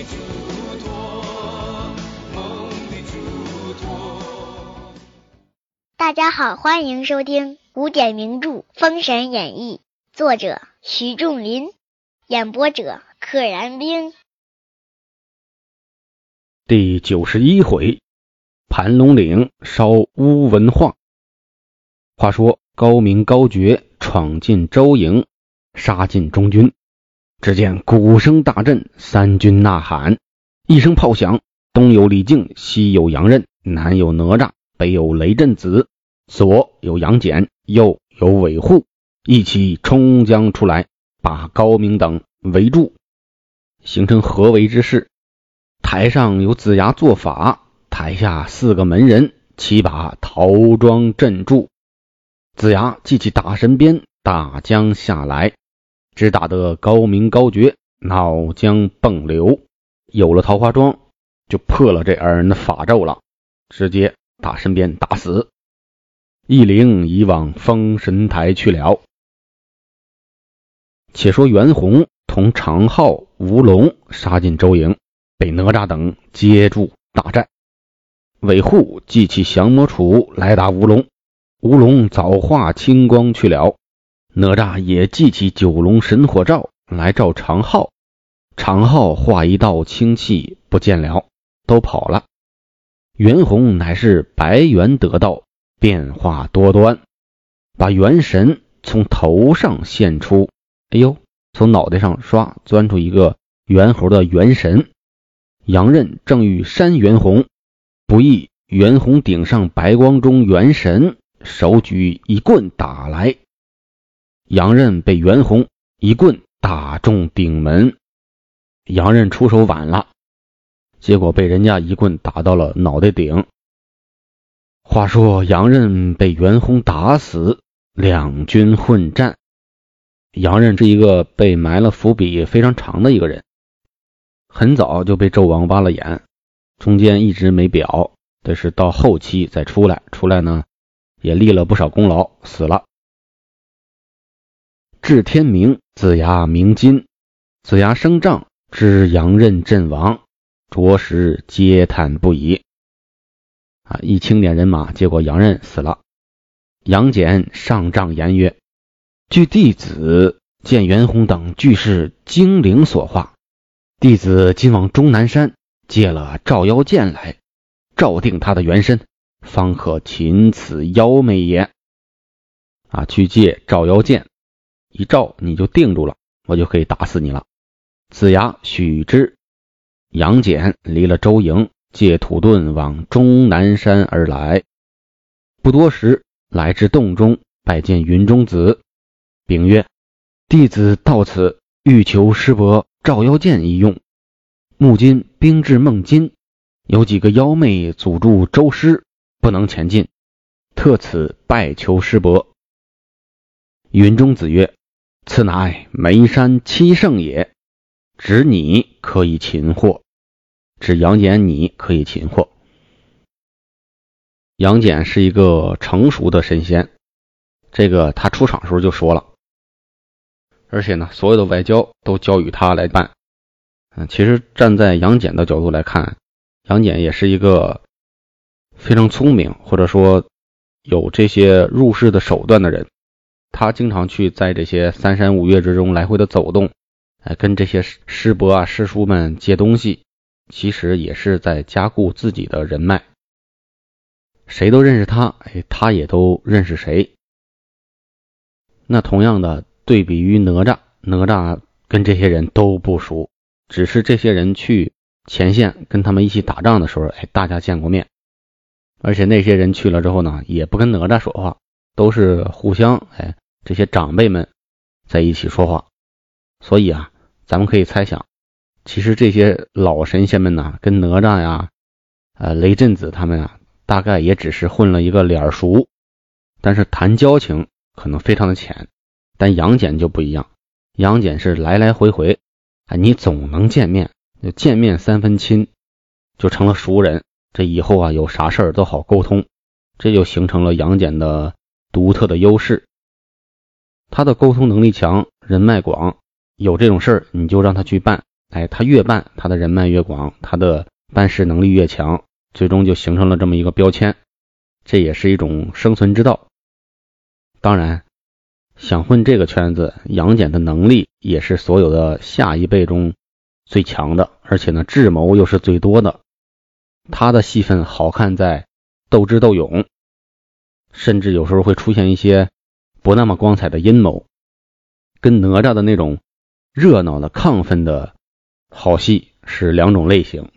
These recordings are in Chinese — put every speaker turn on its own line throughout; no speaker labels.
嘱托，梦的嘱托。
大家好，欢迎收听古典名著《封神演义》，作者徐仲林，演播者可燃冰。
第91回，盘龙岭烧乌文化。话说高明高觉闯进周营，杀进中军，只见鼓声大震，三军呐喊，一声炮响，东有李靖，西有杨任，南有哪吒，北有雷震子，左有杨戬，右有韦护，一起冲将出来，把高明等围住，形成合围之势。台上有子牙做法，台下4个门人齐把陶庄镇住。子牙记起大神鞭，大将下来，只打得高明高觉脑浆迸流，有了桃花桩就破了这二人的法咒了，直接大神鞭打死，一灵已往封神台去了。且说袁弘同常浩、吴龙杀进周营，被哪吒等接住大战。韦护记起降魔杵来打吴龙，吴龙早化青光去了。哪吒也记起九龙神火罩来照常浩，常浩化一道清气不见了，都跑了。袁弘乃是白猿得道，变化多端，把元神从头上现出，哎呦，从脑袋上刷钻出一个猿猴的元神。杨任正欲扇袁弘，不意袁弘顶上白光中元神，手举一棍打来，杨任被袁弘一棍打中顶门。杨任出手晚了，结果被人家一棍打到了脑袋顶。话说杨任被袁弘打死，两军混战。杨任是一个被埋了伏笔非常长的一个人，很早就被纣王挖了眼，中间一直没表，但是到后期再出来呢也立了不少功劳，死了。至天明，子牙鸣金，子牙升帐知杨任阵亡，着实嗟叹不已。一清点人马，结果杨任死了。杨戬上帐言曰：据弟子见袁弘等俱是精灵所化，弟子今往终南山借了照妖剑来，照定他的元身，方可擒此妖魅也。去借照妖剑，一照你就定住了，我就可以打死你了。子牙许之。杨戬离了周营，借土遁往终南山而来。不多时，来至洞中，拜见云中子，禀曰：弟子到此欲求师伯照妖剑一用，目今兵至孟津，有几个妖魅阻住周师，不能前进，特此拜求师伯。云中子曰：此乃眉山七圣也，指你可以擒获，指杨戬你可以擒获。杨戬是一个成熟的神仙，这个他出场时候就说了，而且呢所有的外交都交予他来办。其实站在杨戬的角度来看，杨戬也是一个非常聪明，或者说有这些入世的手段的人。他经常去在这些三山五岳之中来回的走动，跟这些师伯师叔们借东西，其实也是在加固自己的人脉。谁都认识他，他也都认识谁。那同样的对比于哪吒跟这些人都不熟，只是这些人去前线跟他们一起打仗的时候，大家见过面，而且那些人去了之后呢，也不跟哪吒说话，都是互相这些长辈们在一起说话。所以咱们可以猜想，其实这些老神仙们呢，跟哪吒呀、雷震子他们大概也只是混了一个脸熟，但是谈交情可能非常的浅。但杨戬就不一样，杨戬是来来回回，你总能见面，就见面三分亲，就成了熟人。这以后有啥事儿都好沟通，这就形成了杨戬的独特的优势。他的沟通能力强，人脉广，有这种事儿你就让他去办， 他越办，他的人脉越广，他的办事能力越强，最终就形成了这么一个标签，这也是一种生存之道。当然，想混这个圈子，杨戬的能力也是所有的下一辈中最强的，而且呢，智谋又是最多的。他的戏份好看在斗智斗勇，甚至有时候会出现一些不那么光彩的阴谋，跟哪吒的那种热闹的亢奋的好戏是两种类型。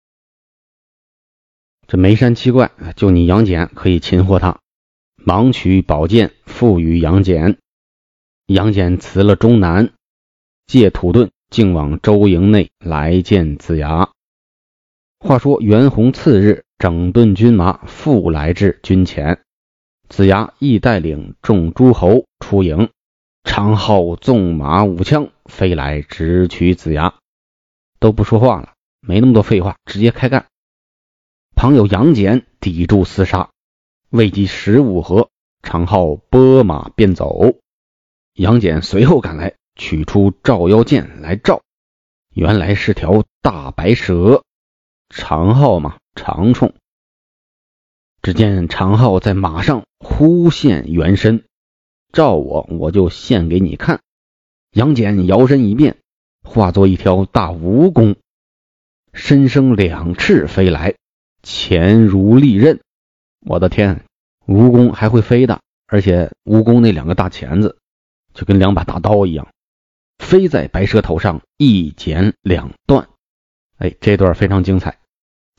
这眉山七怪就你杨戬可以擒获他，忙取宝剑赋予杨戬。杨戬辞了终南，借土遁竟往周营内来见子牙。话说袁弘次日整顿军马，复来至军前，子牙亦带领众诸侯出营，长号纵马舞枪飞来直取子牙。都不说话了，没那么多废话，直接开干。旁有杨戬抵住厮杀，未及15合，长号拨马便走。杨戬随后赶来，取出照妖剑来照，原来是条大白蛇，长号嘛，长虫。只见长号在马上忽现原身，照我就现给你看。杨戬摇身一变，化作一条大蜈蚣，身生2翅飞来，前如利刃。我的天，蜈蚣还会飞的，而且蜈蚣那2个大钳子就跟2把大刀一样，飞在白蛇头上，一剪2段。这段非常精彩。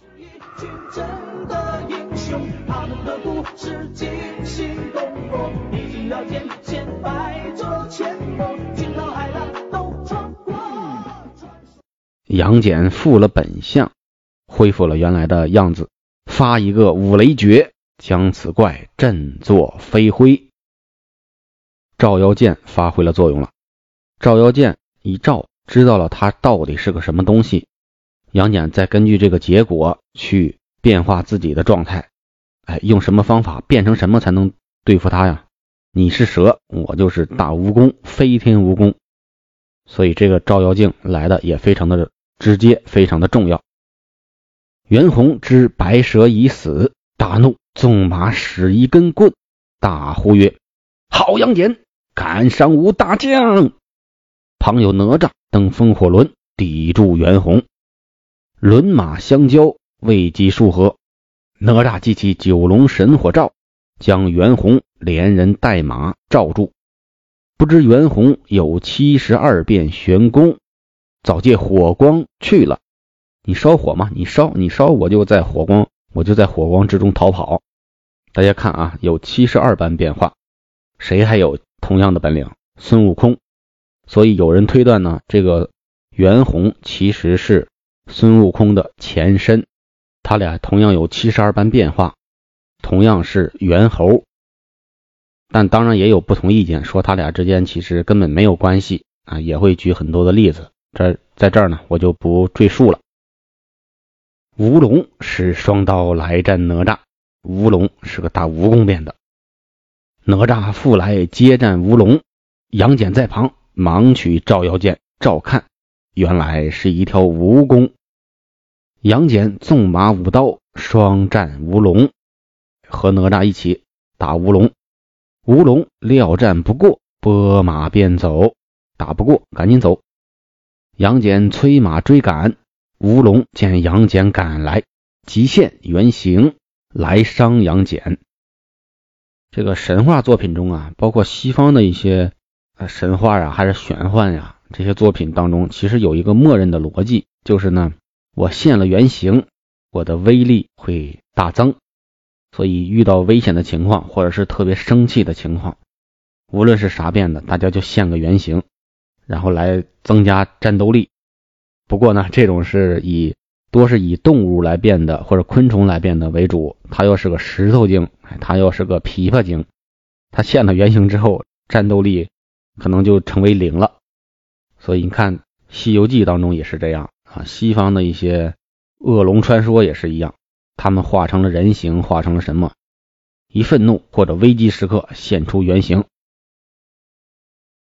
杨戬复了本相，恢复了原来的样子，发一个五雷诀，将此怪震作飞灰。照妖剑发挥了作用了，照妖剑一照，知道了它到底是个什么东西。杨戬再根据这个结果去变化自己的状态，用什么方法变成什么才能对付他呀？你是蛇，我就是大蜈蚣，飞天蜈蚣。所以这个照妖镜来的也非常的直接，非常的重要。袁弘知白蛇已死，大怒，纵马使一根棍，大呼曰：好杨戬，敢伤吾大将！旁有哪吒登风火轮，抵住袁弘。轮马相交，未及数合，哪吒记起九龙神火罩，将袁弘连人带马罩住。不知袁弘有72变玄功，早借火光去了。你烧火吗？你烧，我就在火光之中逃跑。大家看啊，有72般变化，谁还有同样的本领？孙悟空。所以有人推断呢，这个袁弘其实是孙悟空的前身，他俩同样有72般变化，同样是猿猴。但当然也有不同意见，说他俩之间其实根本没有关系啊，也会举很多的例子，在这儿呢我就不赘述了。吴龙使双刀来战哪吒，吴龙是个大蜈蚣变的，哪吒复来接战吴龙，杨戬在旁忙取照妖剑照看，原来是一条蜈蚣。杨戬纵马舞刀，双战吴龙，和哪吒一起打吴龙。吴龙料战不过，拨马便走，打不过赶紧走。杨戬催马追赶，吴龙见杨戬赶来，即现原形来伤杨戬。这个神话作品中啊，包括西方的一些神话啊，还是玄幻呀，这些作品当中其实有一个默认的逻辑，就是呢，我现了原形，我的威力会大增。所以遇到危险的情况，或者是特别生气的情况，无论是啥变的，大家就现个原形，然后来增加战斗力。不过呢，这种是多是以动物来变的，或者昆虫来变的为主。它要是个石头精，它要是个琵琶精，它现了原形之后，战斗力可能就成为0了。所以你看《西游记》当中也是这样啊，西方的一些恶龙传说也是一样。他们化成了人形，化成了什么？一愤怒或者危机时刻现出原形。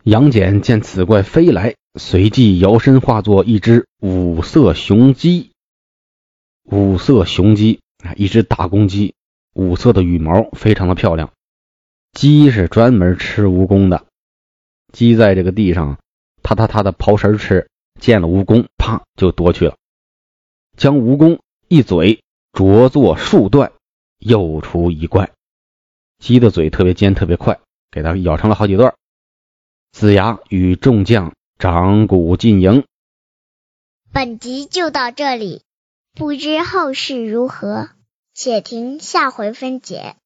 杨戬见此怪飞来，随即摇身化作一只五色雄鸡。五色雄鸡，一只大公鸡，五色的羽毛非常的漂亮。鸡是专门吃蜈蚣的，鸡在这个地上它的刨食吃，见了蜈蚣啪就夺去了，将蜈蚣一嘴啄作数段，又出一怪。鸡的嘴特别尖特别快，给它咬成了好几段。子牙与众将掌鼓进营。
本集就到这里，不知后事如何，且听下回分解。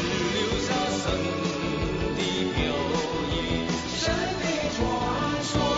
说